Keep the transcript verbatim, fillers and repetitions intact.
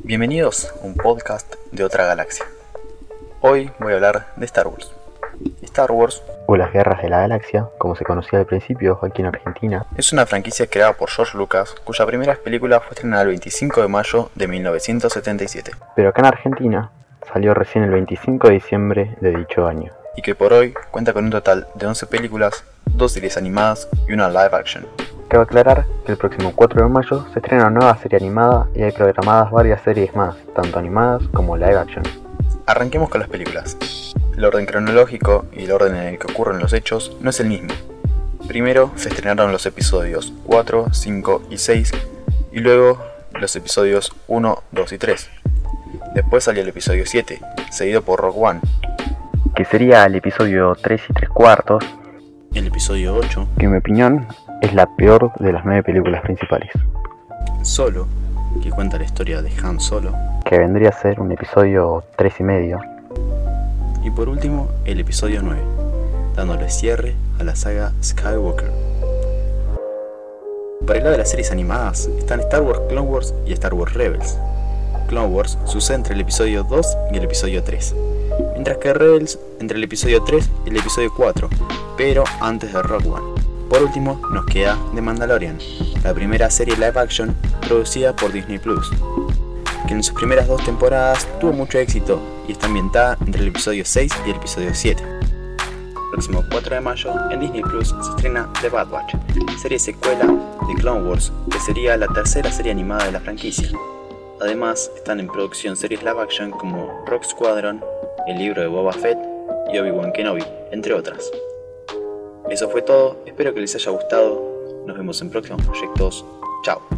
Bienvenidos a un podcast de otra galaxia. Hoy voy a hablar de Star Wars. Star Wars, o las Guerras de la Galaxia, como se conocía al principio aquí en Argentina, es una franquicia creada por George Lucas, cuya primera película fue estrenada el veinticinco de mayo de mil novecientos setenta y siete, pero acá en Argentina salió recién el veinticinco de diciembre de dicho año. y que por hoy cuenta con un total de once películas, dos series animadas y una live action. Cabe aclarar que el próximo cuatro de mayo se estrena una nueva serie animada y hay programadas varias series más, tanto animadas como live action. Arranquemos con las películas. El orden cronológico y el orden en el que ocurren los hechos no es el mismo. Primero se estrenaron los episodios cuatro, cinco y seis, y luego los episodios uno, dos y tres. Después salió el episodio siete, seguido por Rogue One, Que sería el episodio tres y tres cuartos, el episodio ocho, que en mi opinión es la peor de las nueve películas principales, Solo, que cuenta la historia de Han Solo, que vendría a ser un episodio tres y medio, y por último el episodio nueve, dándole cierre a la saga Skywalker. Por el lado de las series animadas están Star Wars Clone Wars y Star Wars Rebels. Clone Wars sucede entre el episodio dos y el episodio tres, mientras que Rebels entre el episodio tres y el episodio cuatro, pero antes de Rogue One. Por último nos queda The Mandalorian, la primera serie live action producida por Disney Plus, que en sus primeras dos temporadas tuvo mucho éxito y está ambientada entre el episodio seis y el episodio siete. El próximo cuatro de mayo en Disney Plus se estrena The Bad Batch, serie secuela de Clone Wars, que sería la tercera serie animada de la franquicia. Además están en producción series live action como Rogue Squadron, el libro de Boba Fett y Obi-Wan Kenobi, entre otras. Eso fue todo, espero que les haya gustado, nos vemos en próximos proyectos, chao.